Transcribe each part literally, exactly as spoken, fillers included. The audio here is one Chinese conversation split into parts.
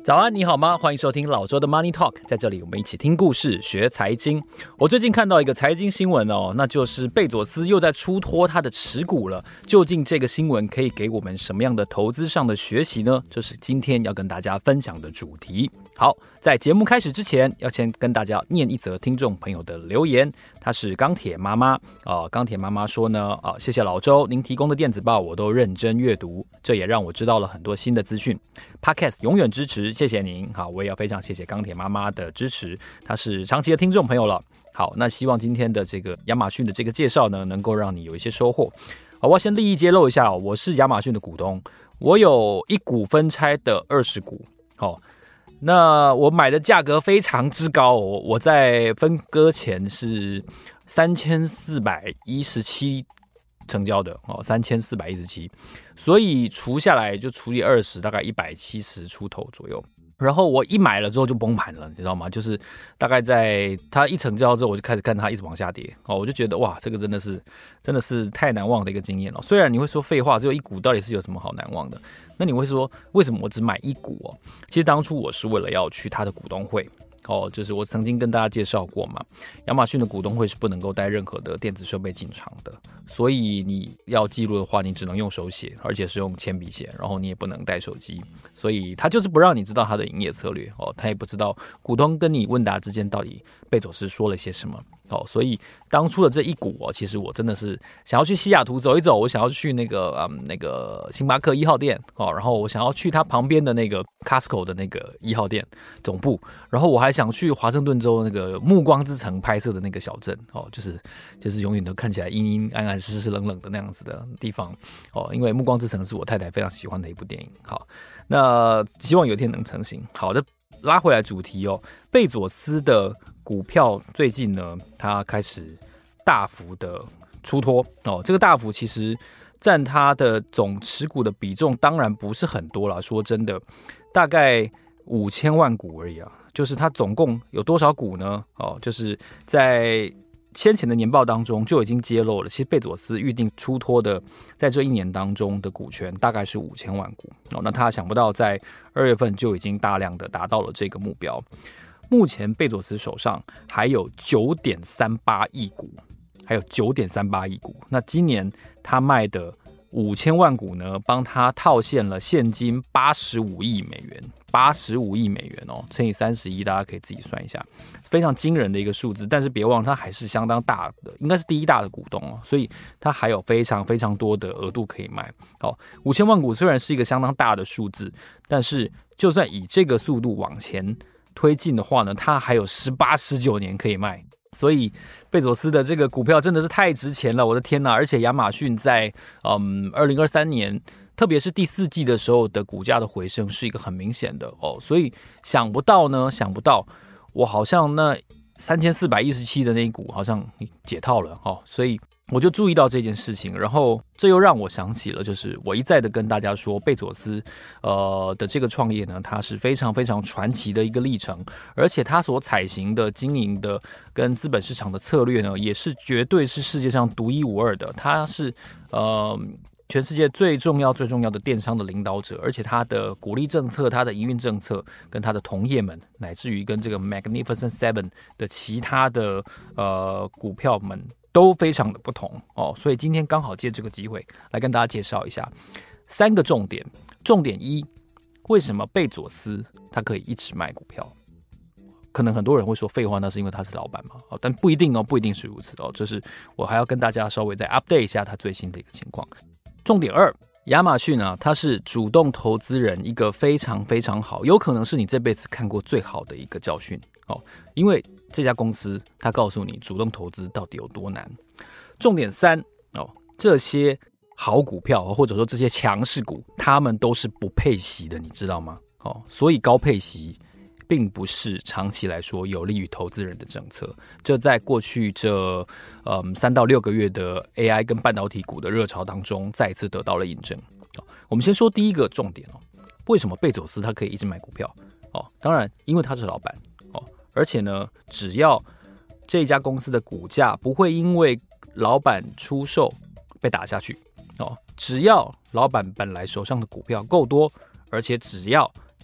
早安，你好吗？欢迎收听老周的 Money Talk， 在这里我们一起听故事、学财经。我最近看到一个财经新闻哦，那就是贝佐斯又在出脱他的持股了。究竟这个新闻可以给我们什么样的投资上的学习呢？这是今天要跟大家分享的主题。好，在节目开始之前，要先跟大家念一则听众朋友的留言。他是钢铁妈妈啊，钢铁妈妈说呢啊，谢谢老周，您提供的电子报我都认真阅读，这也让我知道了很多新的资讯。Podcast 永远支持，谢谢您。好，我也要非常谢谢钢铁妈妈的支持，她是长期的听众朋友了。好，那希望今天的这个亚马逊的这个介绍呢，能够让你有一些收获。好，我要先利益揭露一下哦，我是亚马逊的股东，我有一股分拆的二十股。好。那我买的价格非常之高哦，我在分割前是三千四百一十七成交的哦，三千四百一十七，所以除下来就除以二十，大概一百七十出头左右。然后我一买了之后就崩盘了，你知道吗？就是大概在它一成交之后，我就开始看它一直往下跌哦，我就觉得哇，这个真的是真的是太难忘的一个经验了。虽然你会说废话，只有一股到底是有什么好难忘的？那你会说为什么我只买一股哦？其实当初我是为了要去它的股东会。哦，就是我曾经跟大家介绍过嘛，亚马逊的股东会是不能够带任何的电子设备进场的，所以你要记录的话，你只能用手写，而且是用铅笔写，然后你也不能带手机，所以他就是不让你知道他的营业策略哦，他也不知道股东跟你问答之间到底贝佐斯说了些什么哦，所以当初的这一股哦，其实我真的是想要去西雅图走一走，我想要去那个嗯那个星巴克一号店哦，然后我想要去他旁边的那个 Costco 的那个一号店总部，然后我还想去华盛顿州那个暮光之城拍摄的那个小镇哦，就是就是永远都看起来阴阴暗暗、湿湿冷冷的那样子的地方哦，因为暮光之城是我太太非常喜欢的一部电影。好，那希望有一天能成型。好的，拉回来主题哦，贝佐斯的股票最近呢，他开始大幅的出脱哦，这个大幅其实占他的总持股的比重当然不是很多啦，说真的，大概五千万股而已啊。就是他总共有多少股呢？哦，就是在先前的年报当中就已经揭露了，其实贝佐斯预定出脱的，在这一年当中的股权大概是五千万股哦。那他想不到在二月份就已经大量的达到了这个目标。目前贝佐斯手上还有 九点三八亿股，还有 九点三八亿股。那今年他卖的五千万股呢，帮他套现了现金八十五亿美元，八十五亿美元哦，乘以三十一，大家可以自己算一下，非常惊人的一个数字。但是别忘了，他还是相当大的，应该是第一大的股东哦，所以他还有非常非常多的额度可以卖。好，五千万股虽然是一个相当大的数字，但是就算以这个速度往前推进的话呢，他还有十八、十九年可以卖。所以贝佐斯的这个股票真的是太值钱了，我的天哪！而且亚马逊在嗯二零二三年，特别是第四季的时候的股价的回升是一个很明显的哦，所以想不到呢，想不到我好像那三千四百一十七的那一股好像解套了哦，所以我就注意到这件事情，然后这又让我想起了，就是我一再的跟大家说，贝佐斯呃的这个创业呢，它是非常非常传奇的一个历程，而且他所采行的经营的跟资本市场的策略呢，也是绝对是世界上独一无二的，他是呃。全世界最重要、最重要的电商的领导者，而且他的鼓励政策、他的营运政策，跟他的同业们，乃至于跟这个 Magnificent Seven 的其他的呃股票们都非常的不同哦。所以今天刚好借这个机会来跟大家介绍一下三个重点。重点一，为什么贝佐斯他可以一直卖股票？可能很多人会说废话，那是因为他是老板嘛，哦，但不一定哦，不一定是如此哦。就是我还要跟大家稍微再 update 一下他最新的一个情况。重点二，亚马逊啊，它是主动投资人一个非常非常好，有可能是你这辈子看过最好的一个教训哦。因为这家公司它告诉你主动投资到底有多难。重点三哦，这些好股票或者说这些强势股，他们都是不配息的，你知道吗？哦，所以高配息并不是长期来说有利于投资人的政策，这在过去这嗯三到六个月的 A I 跟半导体股的热潮当中，再一次得到了印证。我们先说第一个重点哦，为什么贝佐斯他可以一直买股票？哦，当然因为他是老板哦，而且呢，只要这家公司的股价不会因为老板出售被打下去哦，只要老板本来手上的股票够多，而且只要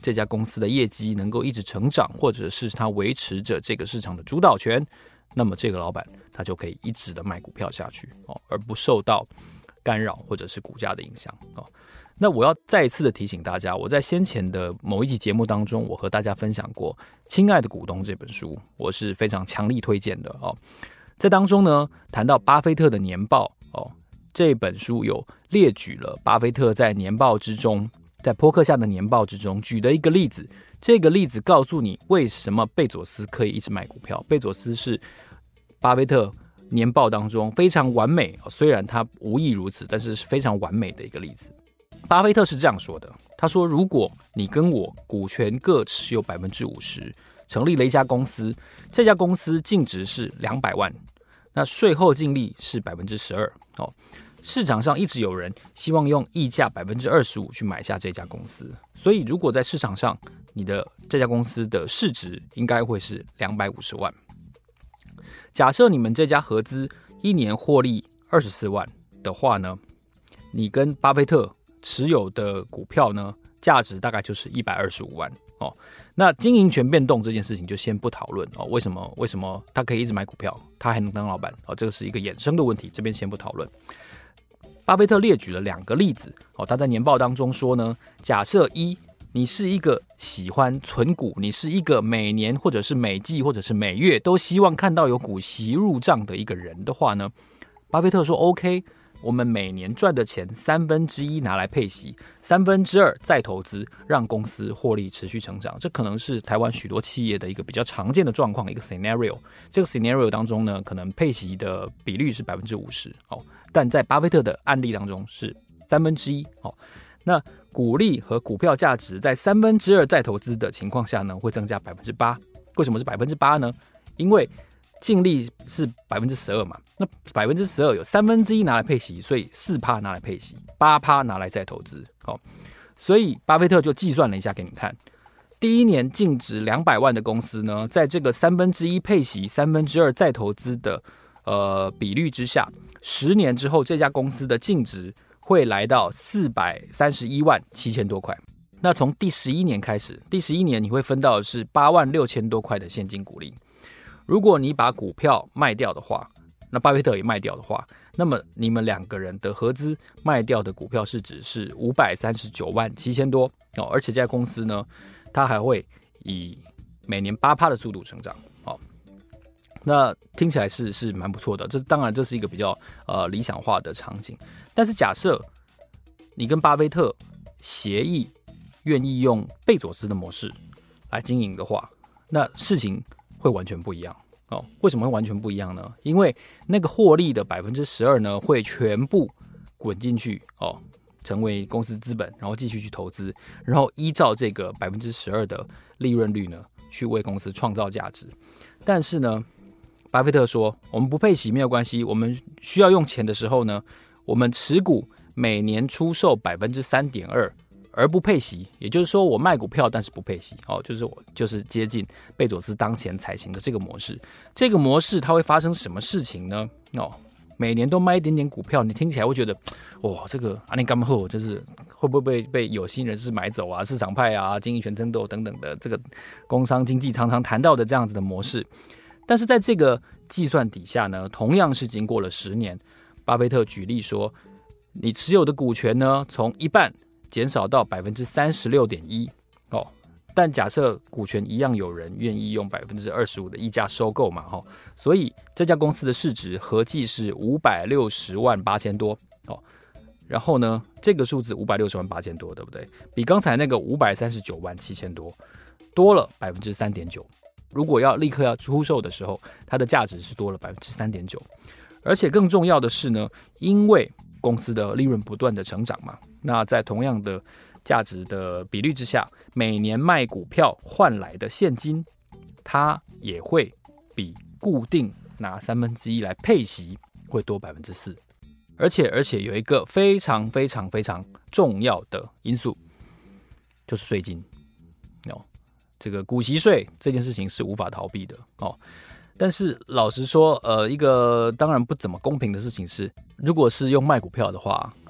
这家公司的业绩能够一直成长，或者是他维持着这个市场的主导权，那么这个老板他就可以一直的卖股票下去，哦，而不受到干扰或者是股价的影响，哦。那我要再一次的提醒大家，我在先前的某一集节目当中，我和大家分享过《亲爱的股东》这本书，我是非常强力推荐的哦。在当中呢，谈到巴菲特的年报哦，这本书有列举了巴菲特在年报之中，在波克夏的年报之中举的一个例子。这个例子告诉你为什么贝佐斯可以一直买股票。贝佐斯是巴菲特年报当中非常完美，虽然他无意如此，但是是非常完美的一个例子。巴菲特是这样说的，他说如果你跟我股权各持有 百分之五十， 成立了一家公司，这家公司净值是两百万，那税后净利是 百分之十二， 哦，市场上一直有人希望用溢价 百分之二十五 去买下这家公司，所以如果在市场上你的这家公司的市值应该会是两百五十万。假设你们这家合资一年获利二十四万的话呢，你跟巴菲特持有的股票呢，价值大概就是一百二十五万哦。那经营权变动这件事情就先不讨论哦，为什么为什么他可以一直买股票，他还能当老板哦？这个是一个衍生的问题，这边先不讨论。巴菲特列举了两个例子哦，他在年报当中说呢，假设一，你是一个喜欢存股，你是一个每年或者是每季或者是每月都希望看到有股息入账的一个人的话呢，巴菲特说 OK。我们每年赚的钱三分之一拿来配息，三分之二再投资，让公司获利持续成长。这可能是台湾许多企业的一个比较常见的状况，一个 scenario。这个 scenario 当中呢，可能配息的比率是 百分之五十， 哦，但在巴菲特的案例当中是三分之一，哦。那股利和股票价值在三分之二再投资的情况下呢，会增加 百分之八。为什么是 百分之八 呢？因为净利是 百分之十二 嘛，那 百分之十二 有三分之一拿来配息，所以 百分之四 拿来配息， 百分之八 拿来再投资，哦。所以巴菲特就计算了一下给你看，第一年净值两百万的公司呢，在这个三分之一配息，三分之二再投资的呃比率之下，十年之后这家公司的净值会来到四百三十一万七千多块。那从第十一年开始，第十一年你会分到的是八万六千多块的现金股利。如果你把股票卖掉的话，那巴菲特也卖掉的话，那么你们两个人的合资卖掉的股票市值是五百三十九万七千多，哦，而且这家公司呢，它还会以每年 百分之八 的速度成长，哦。那听起来是是蛮不错的，这当然这是一个比较呃理想化的场景。但是假设你跟巴菲特协议愿意用贝佐斯的模式来经营的话，那事情会完全不一样哦。为什么会完全不一样呢？因为那个获利的 百分之十二 呢，会全部滚进去哦，成为公司资本，然后继续去投资，然后依照这个 百分之十二 的利润率呢，去为公司创造价值。但是呢，巴菲特说，我们不配息没有关系，我们需要用钱的时候呢，我们持股每年出售 百分之三点二，而不配息，也就是说我卖股票但是不配息，哦，就是我就是接近贝佐斯当前采行的这个模式。这个模式它会发生什么事情呢？哦，每年都卖一点点股票，你听起来会觉得，哇，这个阿尼干后就是会不会被被有心人士买走啊？市场派啊，经营权争斗等等的这个工商经济常常谈到的这样子的模式。但是在这个计算底下呢，同样是经过了十年，巴菲特举例说，你持有的股权呢，从一半减少到 百分之三十六点一， 哦，但假设股权一样有人愿意用 百分之二十五 的溢价收购嘛，哦，所以这家公司的市值合计是五百六十万八千多，哦，然后呢，这个数字五百六十万八千多，对不对？比刚才那个五百三十九万七千多多了 百分之三点九。如果要立刻要出售的时候，它的价值是多了 百分之三点九。而且更重要的是呢，因为公司的利润不断的成长嘛，那在同样的价值的比率之下，每年卖股票换来的现金，它也会比固定拿三分之一来配息会多 百分之四。而且而且有一个非常非常非常重要的因素，就是税金。哦，这个股息税这件事情是无法逃避的哦。但是老实说，呃，一个当然不怎么公平的事情是，如果是用卖股票的话，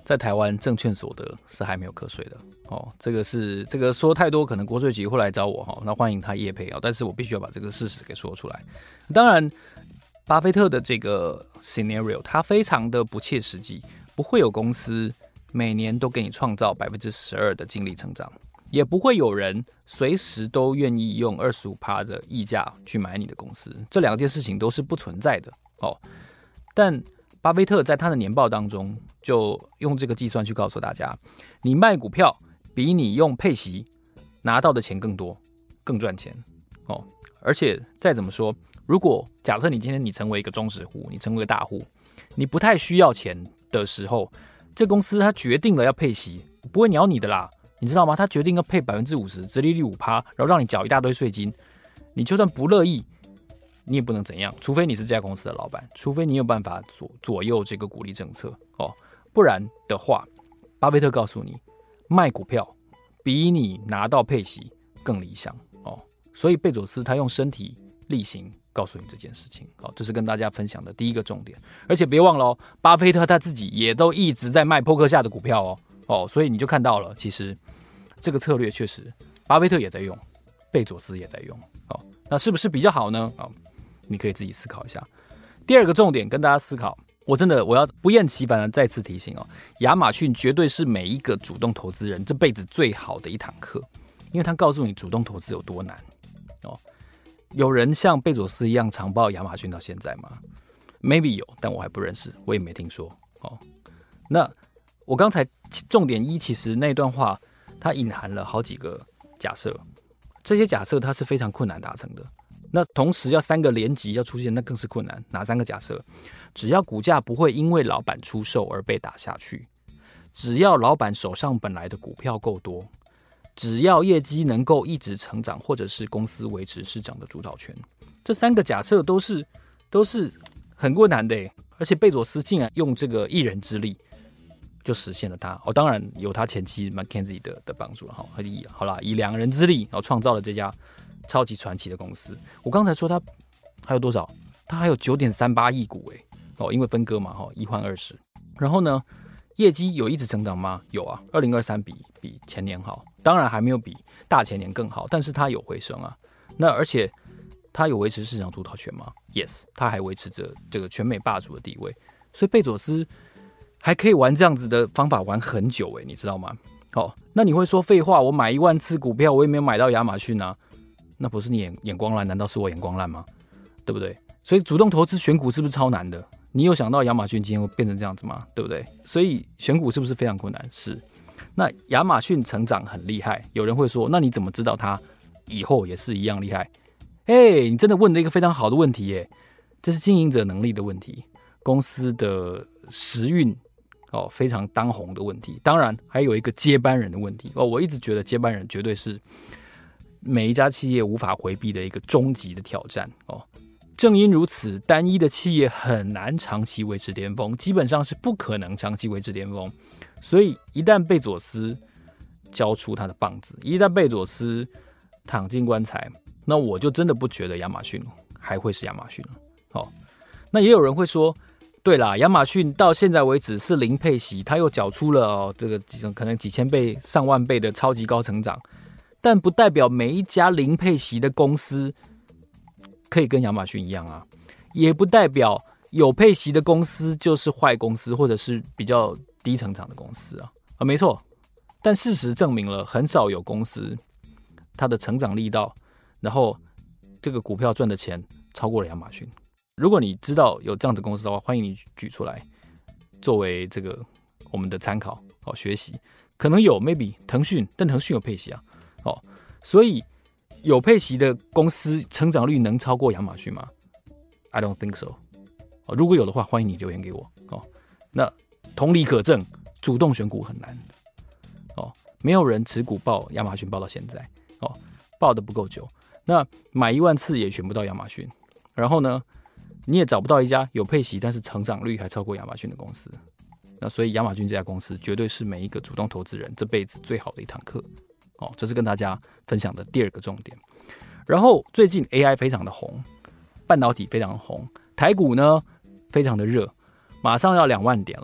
在台湾证券所得是还没有课税的哦。这个是这个说太多，可能国税局会来找我哈、哦，那欢迎他业配哦。但是我必须要把这个事实给说出来。当然，巴菲特的这个 scenario 它非常的不切实际，不会有公司每年都给你创造百分之十二的净利成长，也不会有人随时都愿意用 百分之二十五 的溢价去买你的公司，这两件事情都是不存在的哦。但巴菲特在他的年报当中就用这个计算去告诉大家，你卖股票比你用配息拿到的钱更多，更赚钱哦。而且再怎么说，如果假设你今天你成为一个中实户，你成为一个大户，你不太需要钱的时候，这公司它决定了要配息，不会鸟你的啦，你知道吗？它决定要配 百分之五十， 殖利率 百分之五， 然后让你缴一大堆税金，你就算不乐意，你也不能怎样，除非你是这家公司的老板，除非你有办法 左, 左右这个股利政策哦，不然的话，巴菲特告诉你，卖股票比你拿到配息更理想哦。所以贝佐斯他用身体力行告诉你这件事情，好，这是跟大家分享的第一个重点。而且别忘了哦，巴菲特他自己也都一直在卖波克夏的股票哦，哦，所以你就看到了，其实这个策略确实巴菲特也在用，贝佐斯也在用，哦，那是不是比较好呢？哦，你可以自己思考一下。第二个重点跟大家思考，我真的我要不厌其烦的再次提醒哦，亚马逊绝对是每一个主动投资人这辈子最好的一堂课，因为他告诉你主动投资有多难哦。有人像贝佐斯一样长抱亚马逊到现在吗 ？Maybe 有，但我还不认识，我也没听说哦。那我刚才重点一，其实那段话它隐含了好几个假设，这些假设它是非常困难达成的。那同时要三个连击要出现，那更是困难。哪三个假设？只要股价不会因为老板出售而被打下去，只要老板手上本来的股票够多，只要业绩能够一直成长，或者是公司维持市场的主导权，这三个假设都是都是很困难的耶。而且贝佐斯竟然用这个一人之力就实现了它。哦，当然有他前妻 McKinsey 的, 的帮助了哈。以好啦，以两人之力，然后创造了这家超级传奇的公司。我刚才说他还有多少？他还有 九点三八亿股诶，哦，因为分割嘛，哈，一换二十。然后呢，业绩有一直成长吗？有啊，二零二三比比前年好，当然还没有比大前年更好，但是它有回升啊。那而且它有维持市场主导权吗 ？Yes， 它还维持着这个全美霸主的地位。所以贝佐斯还可以玩这样子的方法玩很久诶，你知道吗？哦，那你会说废话，我买一万次股票，我也没有买到亚马逊啊。那不是你 眼, 眼光烂，难道是我眼光烂吗？对不对？所以主动投资选股是不是超难的？你有想到亚马逊今天会变成这样子吗？对不对？所以选股是不是非常困难？是。那亚马逊成长很厉害，有人会说，那你怎么知道它以后也是一样厉害？哎，你真的问了一个非常好的问题耶，这是经营者能力的问题，公司的时运哦非常当红的问题。当然还有一个接班人的问题哦，我一直觉得接班人绝对是每一家企业无法回避的一个终极的挑战哦。正因如此，单一的企业很难长期维持巅峰，基本上是不可能长期维持巅峰。所以一旦贝佐斯交出他的棒子，一旦贝佐斯躺进棺材，那我就真的不觉得亚马逊还会是亚马逊了。哦，那也有人会说，对啦，亚马逊到现在为止是零配息，他又缴出了、哦、这个可能几千倍、上万倍的超级高成长。但不代表每一家零配息的公司可以跟亚马逊一样啊，也不代表有配息的公司就是坏公司，或者是比较低成长的公司啊。啊，没错，但事实证明了，很少有公司它的成长力道，然后这个股票赚的钱超过了亚马逊。如果你知道有这样的公司的话，欢迎你举出来作为这个我们的参考哦，学习。可能有 maybe 腾讯，但腾讯有配息啊。哦，所以有配息的公司成长率能超过亚马逊吗 ？I don't think so。哦，如果有的话，欢迎你留言给我。哦，那同理可证，主动选股很难。哦，没有人持股抱亚马逊抱到现在。哦，抱得不够久，那买一万次也选不到亚马逊。然后呢，你也找不到一家有配息但是成长率还超过亚马逊的公司。那所以亚马逊这家公司绝对是每一个主动投资人这辈子最好的一堂课。哦，这是跟大家分享的第二个重点。然后最近 A I 非常的红，半导体非常红，台股呢非常的热，马上要两万点了。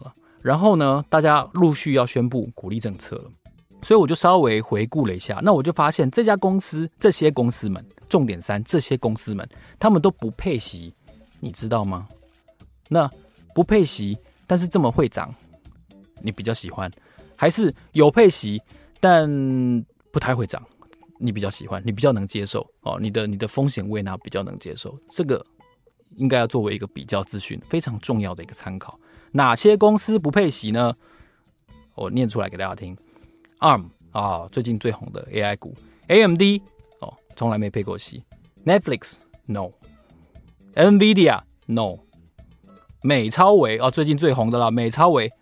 然后呢，大家陆续要宣布股利政策了，所以我就稍微回顾了一下，那我就发现这家公司、这些公司们，重点三，这些公司们，他们都不配息，你知道吗？那不配息，但是这么会涨，你比较喜欢，还是有配息但不太会涨，你比较喜欢，你比较能接受哦？你的你的风险胃纳比较能接受，这个应该要作为一个比较资讯非常重要的一个参考。哪些公司不配息呢？我念出来给大家听。A R M 啊，最近最红的 A I 股 ，A M D 哦，从来没配过息 ，Netflix no，Nvidia no， 美超微哦，最近最红的啦，美超微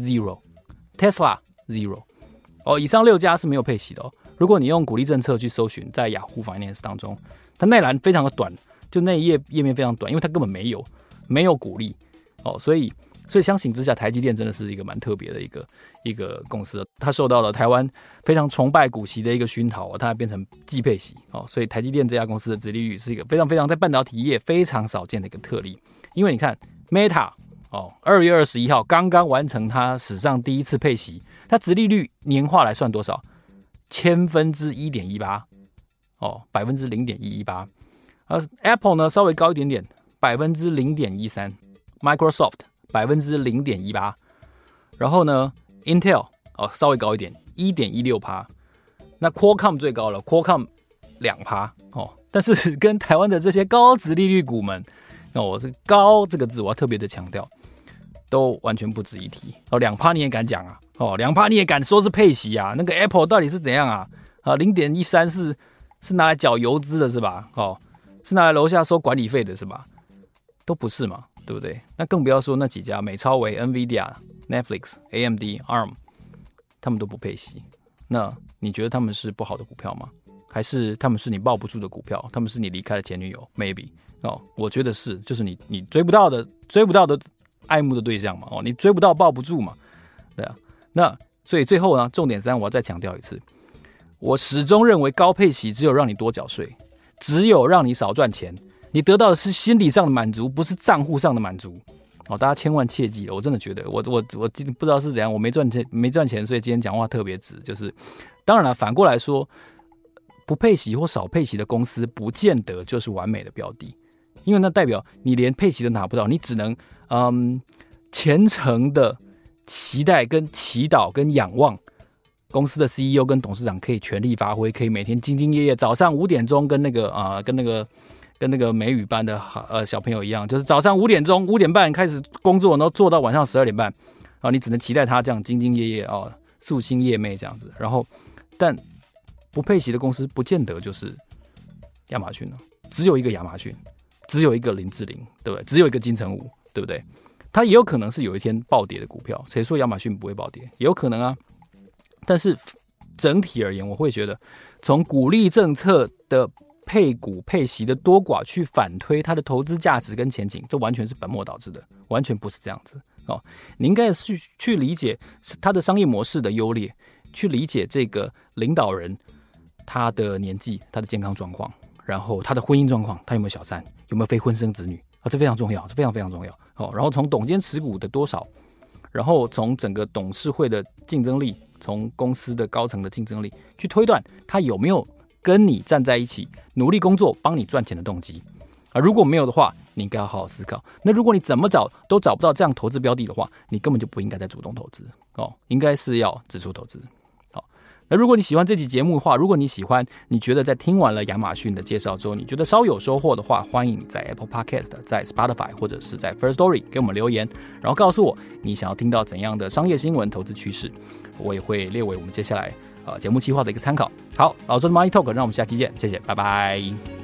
zero，Tesla zero， 哦，以上六家是没有配息的哦。如果你用股利政策去搜寻，在雅虎 Finance 当中，它内栏非常的短，就那一页页面非常短，因为它根本没有没有股利哦，所以。所以相形之下，台积电真的是一个蛮特别的一个一个公司，它受到了台湾非常崇拜股息的一个熏陶，它变成季配息哦。所以台积电这家公司的殖利率是一个非常非常在半导体业非常少见的一个特例。因为你看 Meta 哦，二月二十一号刚刚完成它史上第一次配息，它殖利率年化来算多少？千分之一点一八哦，百分之零点一一八。而 Apple 呢稍微高一点点，百分之零点一三。Microsoft百分之零点一八，然后呢 ，Intel 哦稍微高一点，一点一六趴，那 Qualcomm 最高了 ，Qualcomm 两趴哦，但是跟台湾的这些高殖利率股们，哦，这高这个字我要特别的强调，都完全不值一提哦，两趴你也敢讲啊？哦，两趴你也敢说是配息啊？那个 Apple 到底是怎样啊？啊，零点一三是是拿来缴游资的是吧？哦，是拿来楼下收管理费的是吧？都不是嘛？对不对？那更不要说那几家美超微、Nvidia、Netflix、A M D、A R M， 他们都不配息。那你觉得他们是不好的股票吗？还是他们是你抱不住的股票？他们是你离开的前女友 ？Maybe 哦，我觉得是，就是你你追不到的、追不到的爱慕的对象嘛。哦，你追不到抱不住嘛。对啊。那所以最后呢，重点三我要再强调一次，我始终认为高配息只有让你多缴税，只有让你少赚钱。你得到的是心理上的满足，不是账户上的满足。哦，大家千万切记了，我真的觉得，我我我不知道是怎样，我没赚钱，没赚钱，所以今天讲话特别直。就是，当然了，反过来说，不配息或少配息的公司，不见得就是完美的标的，因为那代表你连配息都拿不到，你只能嗯虔诚的期待、跟祈祷、跟仰望。公司的 C E O 跟董事长可以全力发挥，可以每天兢兢业业，早上五点钟跟那个啊、呃、跟那个。跟那个美语班的呃小朋友一样，就是早上五点钟五点半开始工作，然后做到晚上十二点半，啊，你只能期待他这样兢兢业业哦，夙兴夜寐这样子。然后，但不配息的公司不见得就是亚马逊了，只有一个亚马逊，只有一个林志玲，对不对？只有一个金城武，对不对？它也有可能是有一天暴跌的股票，谁说亚马逊不会暴跌？也有可能啊。但是整体而言，我会觉得从股利政策的配股配息的多寡去反推它的投资价值跟前景，这完全是本末倒置的，完全不是这样子哦。你应该去去理解它的商业模式的优劣，去理解这个领导人他的年纪、他的健康状况，然后他的婚姻状况，他有没有小三，有没有非婚生子女啊？这非常重要，这非常非常重要哦。然后从董监持股的多少，然后从整个董事会的竞争力，从公司的高层的竞争力去推断他有没有跟你站在一起努力工作帮你赚钱的动机啊，如果没有的话，你应该要好好思考。那如果你怎么找都找不到这样投资标的的话，你根本就不应该再主动投资哦，应该是要指数投资。好，那如果你喜欢这期节目的话，如果你喜欢，你觉得在听完了亚马逊的介绍之后，你觉得稍有收获的话，欢迎你在 Apple Podcast、在 Spotify 或者是在 First Story 给我们留言，然后告诉我你想要听到怎样的商业新闻、投资趋势，我也会列为我们接下来呃节目企划的一个参考。好，老周的 Money Talk， 让我们下期见，谢谢，拜拜。